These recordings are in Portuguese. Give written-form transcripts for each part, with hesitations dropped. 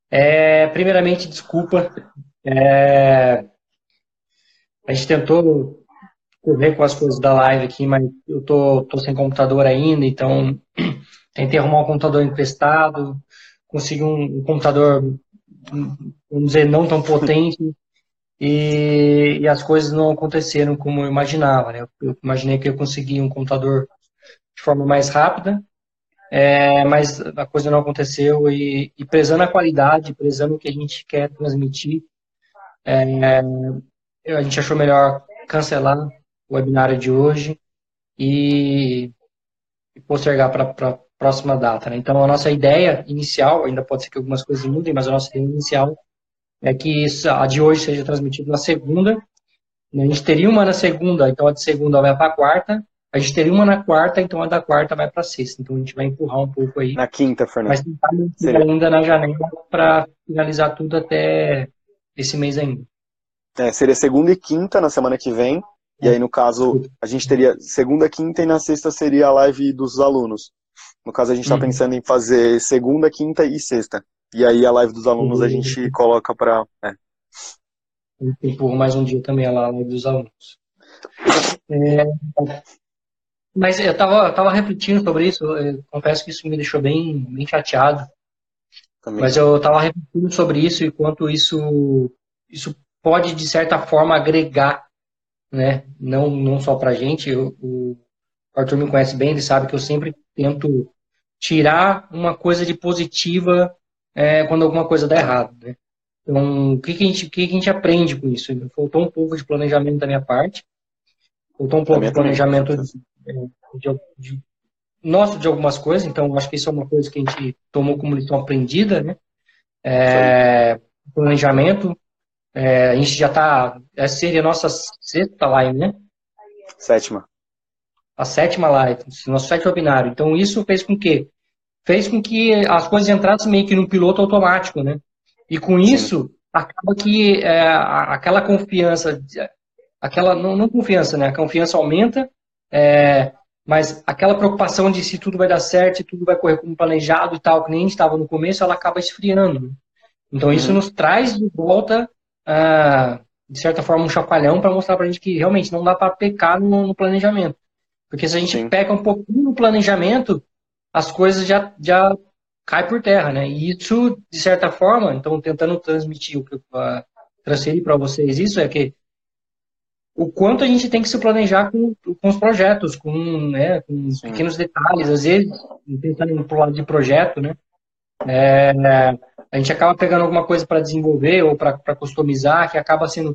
Primeiramente, desculpa. É, a gente tentou correr com as coisas da live aqui, mas eu tô sem computador ainda, então tentei arrumar um computador emprestado, consegui um computador, vamos dizer, não tão potente, e as coisas não aconteceram como eu imaginava, né? Eu imaginei que eu conseguia um computador de forma mais rápida, mas a coisa não aconteceu, e prezando a qualidade, prezando o que a gente quer transmitir, a gente achou melhor cancelar o webinário de hoje e postergar para a próxima data, né? Então, a nossa ideia inicial, ainda pode ser que algumas coisas mudem, mas a nossa ideia inicial é que a de hoje seja transmitida na segunda, né? A gente teria uma na segunda, então a de segunda vai para a quarta, a gente teria uma na quarta, então a da quarta vai para a sexta. Então, a gente vai empurrar um pouco aí, Na quinta, Fernando. mas tentar manter Seria, ainda na janela para finalizar tudo até esse mês ainda. seria segunda e quinta na semana que vem. E aí, no caso, Desculpa. a gente teria segunda, quinta e na sexta seria a live dos alunos. No caso, a gente está Uhum. pensando em fazer segunda, quinta e sexta. E aí a live dos alunos a gente coloca para. Empurro mais um dia também lá dos alunos. Mas eu tava refletindo sobre isso, eu confesso que isso me deixou bem chateado, Também. mas eu tava refletindo sobre isso e quanto isso pode, de certa forma, agregar, né? Não só pra gente, o Arthur me conhece bem, ele sabe que eu sempre tento tirar uma coisa de positiva quando alguma coisa dá errado, né? Então, o que a gente aprende com isso? Faltou um pouco de planejamento da minha parte, faltou um Da pouco minha de também, com planejamento certeza. de nosso de algumas coisas, então acho que isso é uma coisa que a gente tomou como lição aprendida, né? Isso aí. Planejamento, a gente já está, essa seria a nossa sexta live, né? Sétima. A sétima live, nosso sétimo webinário. Então isso fez com que as coisas entrassem meio que no piloto automático, né? E com Sim. isso acaba que aquela confiança, aquela não confiança, né? A confiança aumenta, mas aquela preocupação de se tudo vai dar certo, se tudo vai correr como planejado e tal, que nem a gente estava no começo, ela acaba esfriando, né? Então isso Uhum. nos traz de volta, de certa forma, um chacoalhão para mostrar para a gente que realmente não dá para pecar no planejamento. Porque se a gente Sim. peca um pouquinho no planejamento, as coisas já caem por terra, né? E isso, de certa forma, então tentando transmitir transferir para vocês isso é que o quanto a gente tem que se planejar com os projetos, com Sim. pequenos detalhes, às vezes, pensando pro lado de projeto, né? A gente acaba pegando alguma coisa para desenvolver ou para customizar que acaba sendo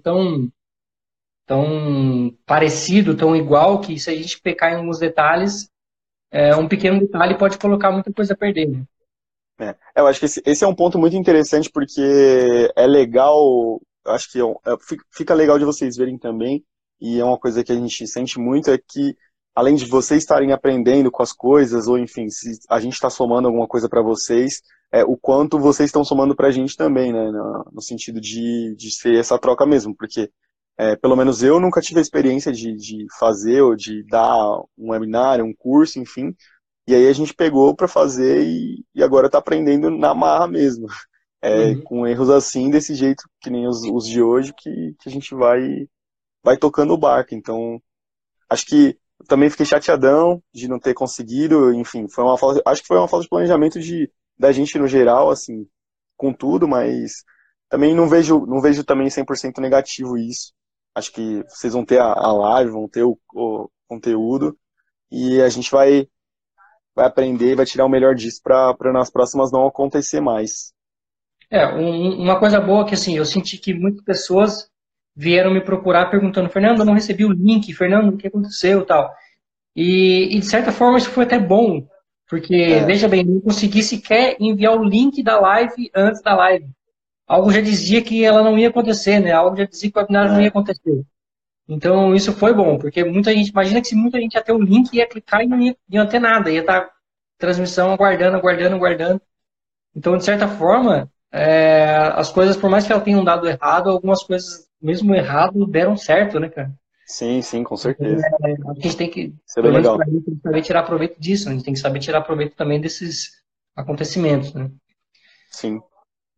tão parecido, tão igual, que se a gente pecar em alguns detalhes, um pequeno detalhe pode colocar muita coisa a perder, né? Eu acho que esse é um ponto muito interessante porque é legal, eu acho que fica legal de vocês verem também, e é uma coisa que a gente sente muito, é que além de vocês estarem aprendendo com as coisas, ou enfim, se a gente está somando alguma coisa para vocês, o quanto vocês estão somando para a gente também, né, no sentido de ser essa troca mesmo, porque pelo menos eu nunca tive a experiência de fazer ou de dar um webinário, um curso, enfim, e aí a gente pegou para fazer e agora está aprendendo na marra mesmo. Uhum. Com erros assim, desse jeito, que nem os de hoje, que a gente vai tocando o barco. Então, acho que eu também fiquei chateadão de não ter conseguido, enfim, acho que foi uma falta de planejamento da gente no geral, assim, com tudo, mas também não vejo também 100% negativo isso. Acho que vocês vão ter a live, vão ter o conteúdo, e a gente vai aprender e vai tirar o melhor disso para nas próximas não acontecer mais. Uma coisa boa que assim, eu senti que muitas pessoas vieram me procurar perguntando, Fernando, eu não recebi o link, Fernando, o que aconteceu, tal. E de certa forma isso foi até bom, porque É, veja bem, eu não consegui sequer enviar o link da live antes da live. Algo já dizia que ela não ia acontecer, né? Algo já dizia que o webinar não ia é, acontecer. Então isso foi bom, porque muita gente, imagina que se muita gente ia ter o link, ia clicar e não ia ter nada, ia estar transmissão aguardando, aguardando, aguardando. Então, de certa forma, as coisas, por mais que elas tenham dado errado, algumas coisas, mesmo errado, deram certo, né, cara? sim, sim, com Então, certeza. a gente tem que, Isso é bem pelo menos para legal. mim, tem que saber tirar proveito disso. A gente tem que saber tirar proveito também desses acontecimentos, né? Sim.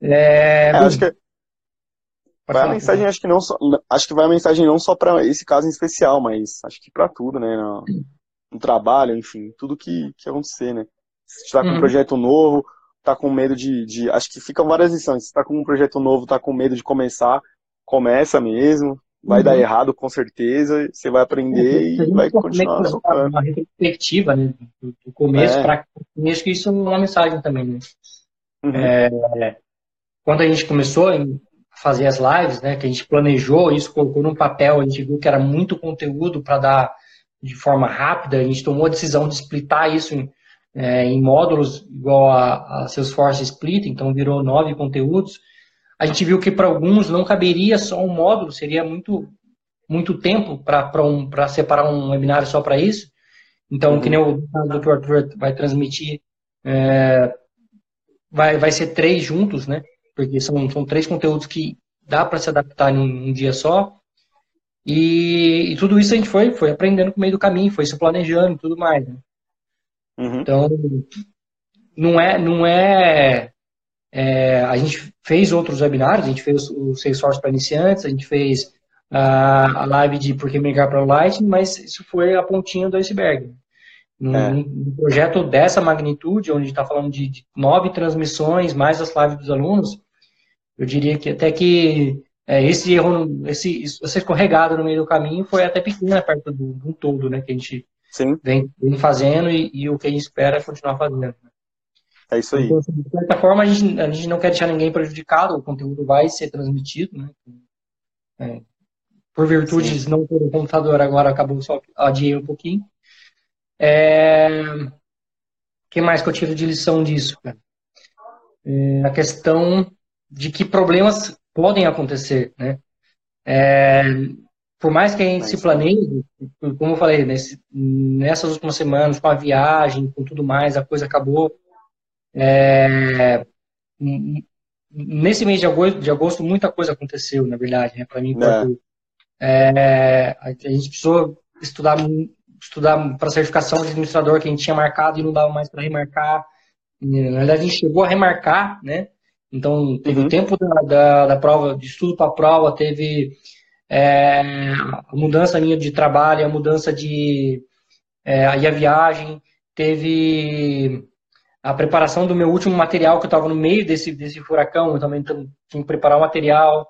Acho Bom, que pode vai a falar, pode mensagem, falar. acho que não só, acho que vai a mensagem não só para esse caso em especial, mas acho que para tudo, né? No trabalho, enfim, tudo que acontecer, né? Se está com um Uhum. projeto novo, tá com medo acho que ficam várias lições. Se está com um projeto novo, tá com medo de começar, começa mesmo. Vai dar Uhum. errado com certeza, você vai aprender Se a e gente vai for meio que continuar fazer tocando. uma retrospectiva, né, do começo É. para acho que isso é uma mensagem também, né? Uhum. Quando a gente começou a fazer as lives, né, que a gente planejou isso, colocou num papel, a gente viu que era muito conteúdo para dar de forma rápida, a gente tomou a decisão de splitar isso em módulos igual a Salesforce Split, então virou 9 conteúdos. A gente viu que para alguns não caberia só um módulo, seria muito tempo para separar um webinário só para isso. Então, que nem Uhum. o Dr. Arthur vai transmitir, vai ser 3 juntos, né? Porque são 3 conteúdos que dá para se adaptar em um dia só. E tudo isso a gente foi aprendendo no meio do caminho, foi se planejando e tudo mais, né? Uhum. Então, não a gente fez outros webinários, a gente fez o Salesforce para iniciantes, a gente fez a live de por que migrar para o Lightning, mas isso foi a pontinha do iceberg. É, Num projeto dessa magnitude, onde a gente está falando de 9 transmissões, mais as lives dos alunos, eu diria que até que esse erro, essa escorregada no meio do caminho foi até pequena perto do todo, né, que a gente sim, vem fazendo e o que a gente espera é continuar fazendo. é isso aí. Então, assim, de certa forma, a gente não quer deixar ninguém prejudicado, o conteúdo vai ser transmitido, né? Por Sim. virtudes não ter o computador agora acabou só adiei um pouquinho. O que mais que eu tiro de lição disso, cara? A questão de que problemas podem acontecer, né? Por mais que a gente É se isso aí. planeje, como eu falei, nessas últimas semanas, com a viagem, com tudo mais, a coisa acabou. Nesse mês de agosto, muita coisa aconteceu, na verdade, né, para mim e para o É. Arthur. A gente precisou estudar para certificação de administrador que a gente tinha marcado e não dava mais para remarcar. Na verdade, a gente chegou a remarcar, né? Então, teve o Uhum. tempo da prova, de estudo para a prova, teve a mudança minha de trabalho, a mudança aí a viagem, teve a preparação do meu último material, que eu estava no meio desse furacão, eu também tinha que preparar o material,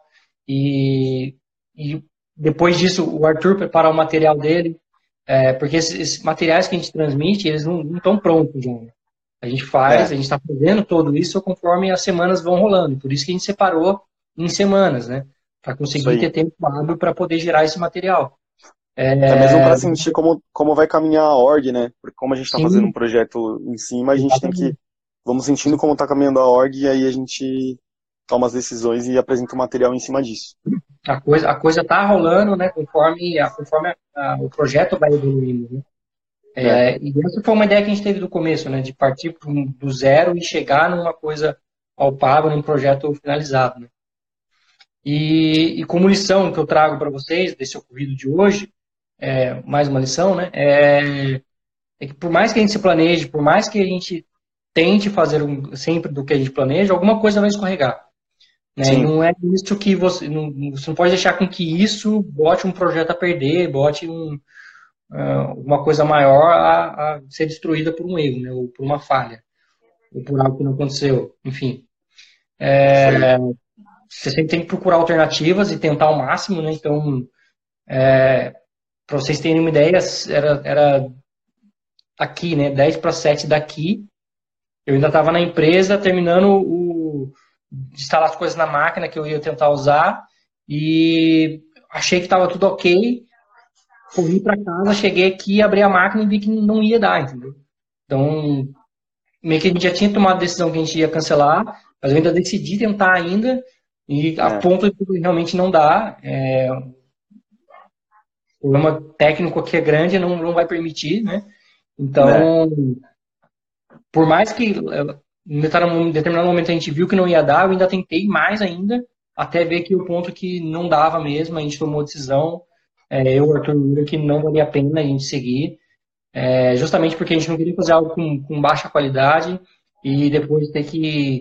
e depois disso o Arthur preparar o material dele, porque esses materiais que a gente transmite, eles não estão prontos ainda. A gente faz, a É, gente está fazendo tudo isso conforme as semanas vão rolando, por isso que a gente separou em semanas, né? Para isso conseguir ter aí. tempo hábil para poder gerar esse material. É mesmo para sentir como vai caminhar a org, né? Porque como a gente está fazendo um Sim, projeto em cima, a gente tem que. exatamente. Vamos sentindo como está caminhando a org e aí a gente toma as decisões e apresenta o material em cima disso. A coisa tá rolando, né, conforme o projeto vai evoluindo, né? É, E essa foi uma ideia que a gente teve do começo, né, de partir do zero e chegar numa coisa palpável, num projeto finalizado, né? E como lição que eu trago para vocês desse ocorrido de hoje, mais uma lição, né, é que por mais que a gente se planeje, por mais que a gente tente fazer sempre do que a gente planeja, alguma coisa vai escorregar. Né? E sim, não é isso que você não pode deixar com que isso bote um projeto a perder, bote uma coisa maior a ser destruída por um erro, né? Ou por uma falha, ou por algo que não aconteceu. Enfim, isso aí. você sempre tem que procurar alternativas e tentar ao máximo, né? Então, para vocês terem uma ideia, era aqui, né? 10 para 7 daqui. Eu ainda estava na empresa terminando de instalar as coisas na máquina que eu ia tentar usar e achei que estava tudo ok. Corri para casa, cheguei aqui, abri a máquina e vi que não ia dar, entendeu? Então, meio que a gente já tinha tomado a decisão que a gente ia cancelar, mas eu ainda decidi tentar ainda, e a É, ponto de realmente não dar. O problema técnico aqui é grande, não vai permitir, né? né? Então, por mais que em determinado momento a gente viu que não ia dar, eu ainda tentei mais ainda, até ver que o ponto que não dava mesmo, a gente tomou a decisão, eu, Arthur Lira, que não valia a pena a gente seguir. Justamente porque a gente não queria fazer algo com baixa qualidade e depois ter que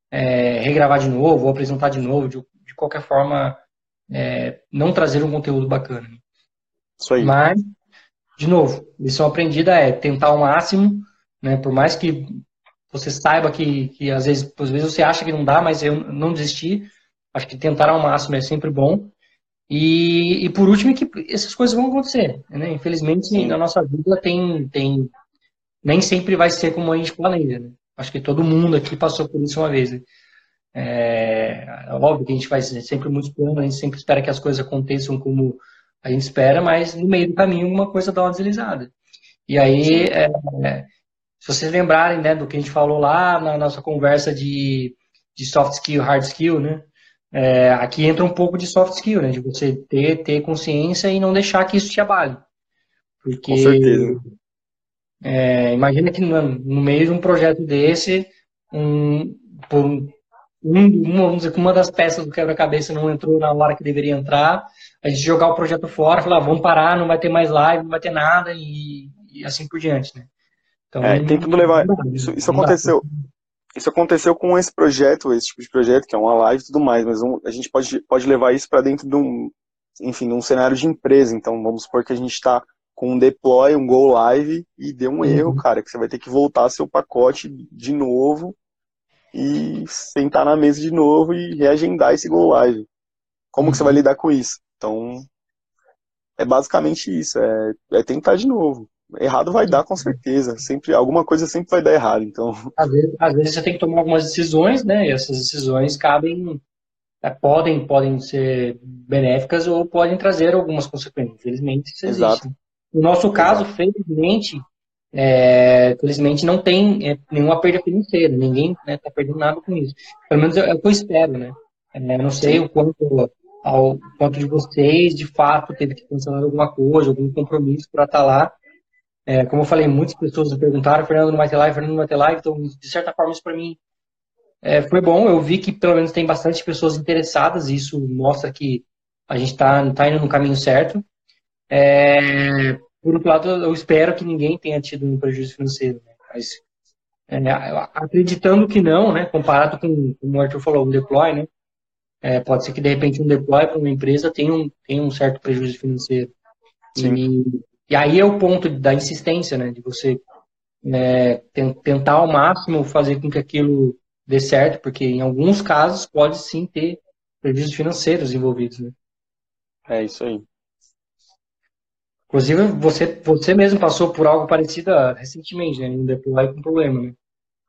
regravar de novo, ou apresentar de novo, de qualquer forma, não trazer um conteúdo bacana. Isso aí. Mas, de novo, lição aprendida é tentar ao máximo, né? Por mais que você saiba que às vezes você acha que não dá, mas eu não desisti. Acho que tentar ao máximo é sempre bom. E por último, que essas coisas vão acontecer, né? Infelizmente, Sim, na nossa vida nem sempre vai ser como a gente planeja, né? Acho que todo mundo aqui passou por isso uma vez, né? Óbvio que a gente faz sempre muitos planos, a gente sempre espera que as coisas aconteçam como a gente espera, mas no meio do caminho uma coisa dá uma deslizada. E aí, sim. se vocês lembrarem, né, do que a gente falou lá na nossa conversa de soft skill, hard skill, né? Aqui entra um pouco de soft skill, né? De você ter consciência e não deixar que isso te abale. Com Porque certeza. imagina que no meio de um projeto desse, um, por vamos dizer que uma das peças do quebra-cabeça não entrou na hora que deveria entrar, a gente jogar o projeto fora, falar, vamos parar, não vai ter mais live, não vai ter nada, e assim por diante, né? Então, Tentando levar. não dá, Isso não dá. aconteceu. Isso aconteceu com esse projeto, esse tipo de projeto, que é uma live e tudo mais, mas a gente pode levar isso para dentro de enfim, de um cenário de empresa. Então, vamos supor que a gente está com um deploy, um go live, e deu um erro, Uhum, cara, que você vai ter que voltar seu pacote de novo e sentar na mesa de novo e reagendar esse go live. Como que você vai uhum. lidar com isso? Então, é basicamente isso, é tentar de novo. Errado vai dar com certeza, sempre alguma coisa sempre vai dar errado, então, Às vezes você tem que tomar algumas decisões, né? E essas decisões podem ser benéficas ou podem trazer algumas consequências. Infelizmente, isso existe, exato, né? No nosso caso, exato. felizmente não tem nenhuma perda financeira. Ninguém está perdendo nada com isso. Pelo menos é o que eu espero, né? Não sei Sim, ao quanto de vocês, de fato, teve que cancelar alguma coisa, algum compromisso para estar lá. Como eu falei, muitas pessoas me perguntaram, Fernando não vai ter live, Fernando não vai ter live, então, de certa forma, isso para mim foi bom. Eu vi que pelo menos tem bastante pessoas interessadas, e isso mostra que a gente tá indo no caminho certo. Por outro lado, eu espero que ninguém tenha tido um prejuízo financeiro, né? Mas acreditando que não, né? Comparado com, como o Arthur falou, um deploy, né? Pode ser que de repente um deploy para uma empresa tenha um certo prejuízo financeiro. sim. E, e aí é o ponto da insistência, né? De você tentar ao máximo fazer com que aquilo dê certo, porque em alguns casos pode sim ter prejuízos financeiros envolvidos, né? É isso aí. Inclusive, você mesmo passou por algo parecido recentemente, né? Um deploy com problema, né?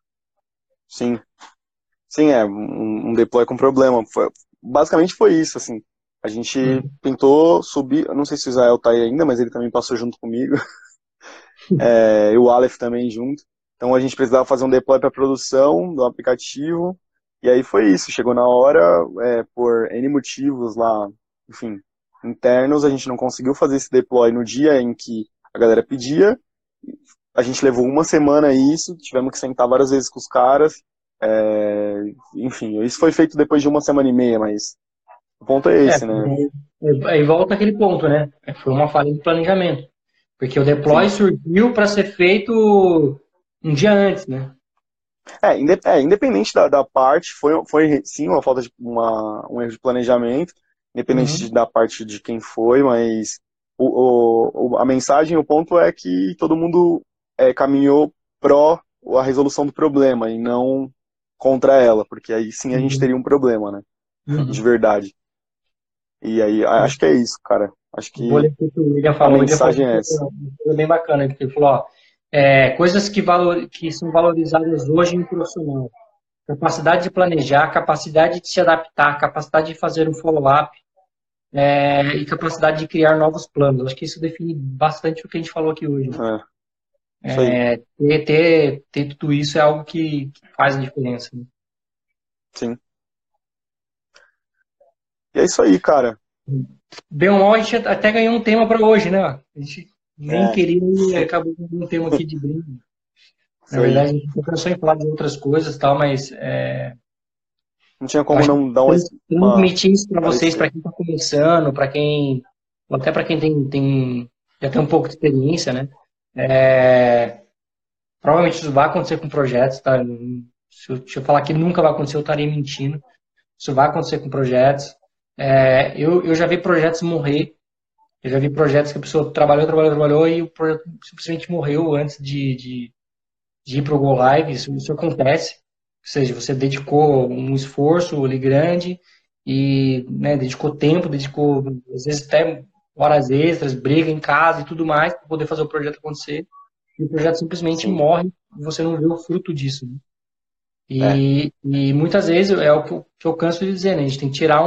Sim. Sim, um deploy com problema. Basicamente foi isso, assim. A gente Uhum. tentou subir, eu não sei se o Israel tá aí ainda, mas ele também passou junto comigo, e o Aleph também junto. Então a gente precisava fazer um deploy para produção do aplicativo, e aí foi isso. Chegou na hora, por N motivos lá, enfim, internos, a gente não conseguiu fazer esse deploy no dia em que a galera pedia. A gente levou uma semana a isso, tivemos que sentar várias vezes com os caras. Enfim, isso foi feito depois de uma semana e meia, mas o ponto é esse, né? Aí volta aquele ponto, né? Foi uma falha de planejamento. Porque o deploy Sim. surgiu para ser feito um dia antes, né? Independente da parte, foi sim uma falta de um erro de planejamento, independente Uhum. da parte de quem foi, mas a mensagem, o ponto é que todo mundo caminhou pró a resolução do problema e não contra ela, porque aí sim a gente Uhum. teria um problema, né? De Uhum. verdade. E aí acho que é isso, cara. Acho Eu vou que ler o que o a William falou mensagem é essa. uma coisa bem bacana, que ele falou, ó, coisas que são valorizadas hoje em profissional. Capacidade de planejar, capacidade de se adaptar, capacidade de fazer um follow-up, e capacidade de criar novos planos. Acho que isso define bastante o que a gente falou aqui hoje. É, isso aí. Ter tudo isso é algo que faz a diferença, né? Sim. E é isso aí, cara. Bem ou mal, a gente até ganhou um tema para hoje, né? A gente nem É, queria e acabou com um tema aqui de brinde. Na isso aí. verdade, a gente não pensou em falar de outras coisas e tal, mas Não tinha eu como acho que não dar uma transmitir isso para vocês, para parecer. quem está começando, ou até para quem já tem um pouco de experiência, né? É, provavelmente isso vai acontecer com projetos, tá? Se eu falar que nunca vai acontecer, eu estaria mentindo. Isso vai acontecer com projetos. Eu já vi projetos morrer. Eu já vi projetos que a pessoa trabalhou e o projeto simplesmente morreu antes de ir para o Go Live. Isso acontece. Ou seja, você dedicou um esforço ali grande e, né, dedicou tempo, dedicou às vezes até horas extras, briga em casa e tudo mais para poder fazer o projeto acontecer. E o projeto simplesmente Sim. morre e você não vê o fruto disso, né? É, E muitas vezes é o que eu canso de dizer, né? A gente tem que tirar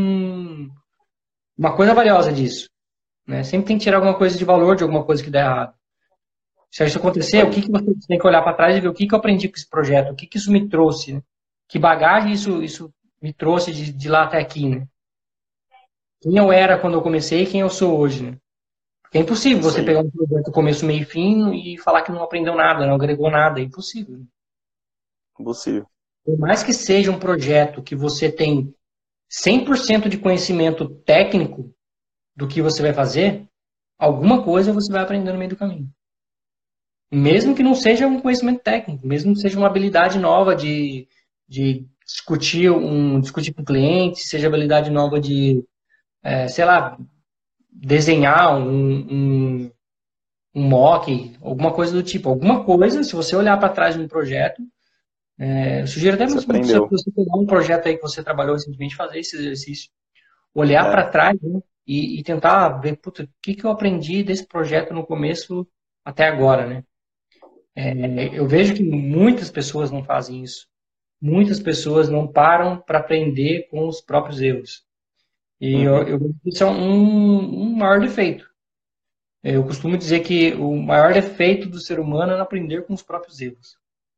uma coisa valiosa disso, né? Sempre tem que tirar alguma coisa de valor de alguma coisa que der errado. Se isso isso acontecer, o aí. que que você tem que olhar para trás e ver o que que eu aprendi com esse projeto, o que que isso me trouxe, né? Que bagagem isso me trouxe de lá até aqui, né? Quem eu era quando eu comecei e quem eu sou hoje, né? Porque é impossível Isso você aí. pegar um projeto começo, meio e fim e falar que não aprendeu nada, não agregou nada. É impossível, né? Impossível. Por mais que seja um projeto que você tem 100% de conhecimento técnico do que você vai fazer, alguma coisa você vai aprender no meio do caminho. Mesmo que não seja um conhecimento técnico, mesmo que seja uma habilidade nova de discutir com o cliente, seja habilidade nova de, sei lá, desenhar um mock, alguma coisa do tipo. Alguma coisa, se você olhar para trás de um projeto, eu sugiro até Você mesmo para aprendeu. você pegar um projeto aí que você trabalhou recentemente, fazer esse exercício. Olhar É, para trás, né, e tentar ver, puta, o que que eu aprendi desse projeto no começo até agora, né? Eu vejo que muitas pessoas não fazem isso. Muitas pessoas não param para aprender com os próprios erros. E uhum, eu vejo que isso é um maior defeito. Eu costumo dizer que o maior defeito do ser humano é não aprender com os próprios erros.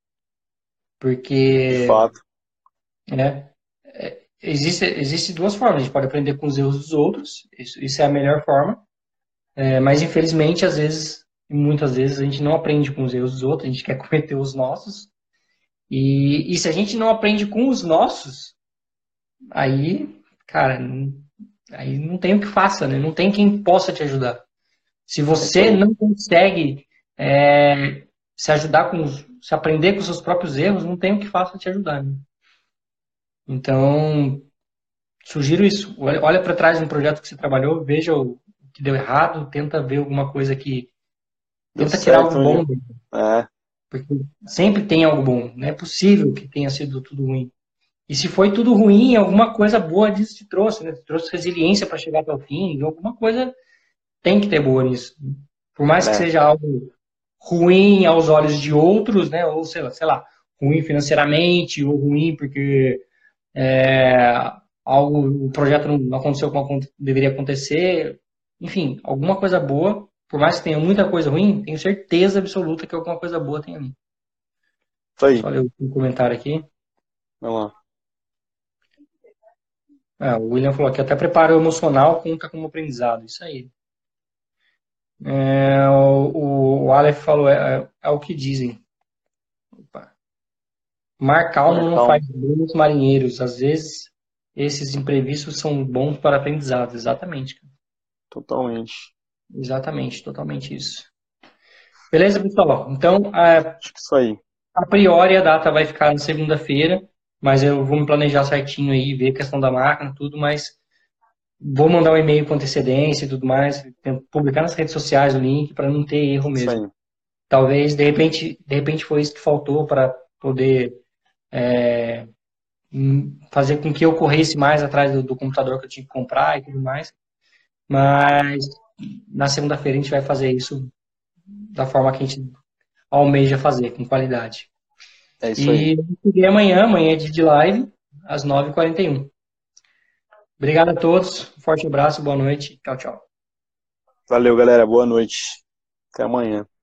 de Porque, fato. né, existe duas formas. A gente pode aprender com os erros dos outros, isso é a melhor forma. Mas infelizmente, às vezes, e muitas vezes, a gente não aprende com os erros dos outros, a gente quer cometer os nossos. E se a gente não aprende com os nossos, aí, cara, aí não tem o que faça, né? Não tem quem possa te ajudar. Se É isso você aí. não consegue se ajudar se aprender com os seus próprios erros, não tem o que faça te ajudar, né? Então, sugiro isso. Olha para trás no projeto que você trabalhou, veja o que deu errado, tenta ver alguma coisa que Deu tenta tirar algo certo, bom né? dele, É, porque sempre tem algo bom. Não é possível que tenha sido tudo ruim. E se foi tudo ruim, alguma coisa boa disso te trouxe, né? Te trouxe resiliência para chegar até o fim. Alguma coisa tem que ter boa nisso. Por mais que é, seja algo ruim aos olhos de outros, né? Ou sei lá, ruim financeiramente, ou ruim porque é, o projeto não aconteceu como deveria acontecer. Enfim, alguma coisa boa, por mais que tenha muita coisa ruim, tenho certeza absoluta que alguma coisa boa tem ali. isso aí. Só ler um comentário aqui. Vamos lá. O William falou aqui, até preparo emocional conta como aprendizado. Isso aí. O Aleph falou, é o que dizem. Opa. Mar calmo não Marcal, faz bem os marinheiros. Às vezes, esses imprevistos são bons para aprendizado. Exatamente, cara. totalmente. Exatamente, totalmente isso. Beleza, pessoal? Então, Acho que isso aí. a priori a data vai ficar na segunda-feira, mas eu vou me planejar certinho aí, ver a questão da máquina, tudo, mas vou mandar um e-mail com antecedência e tudo mais, publicar nas redes sociais o link para não ter erro Isso mesmo. aí. Talvez, de repente foi isso que faltou para poder fazer com que eu corresse mais atrás do computador que eu tinha que comprar e tudo mais. Mas na segunda-feira a gente vai fazer isso da forma que a gente almeja fazer, com qualidade. É isso aí. E amanhã é dia de live, às 9h41. Obrigado a todos, um forte abraço, boa noite, tchau, tchau. Valeu, galera. Boa noite. Até amanhã.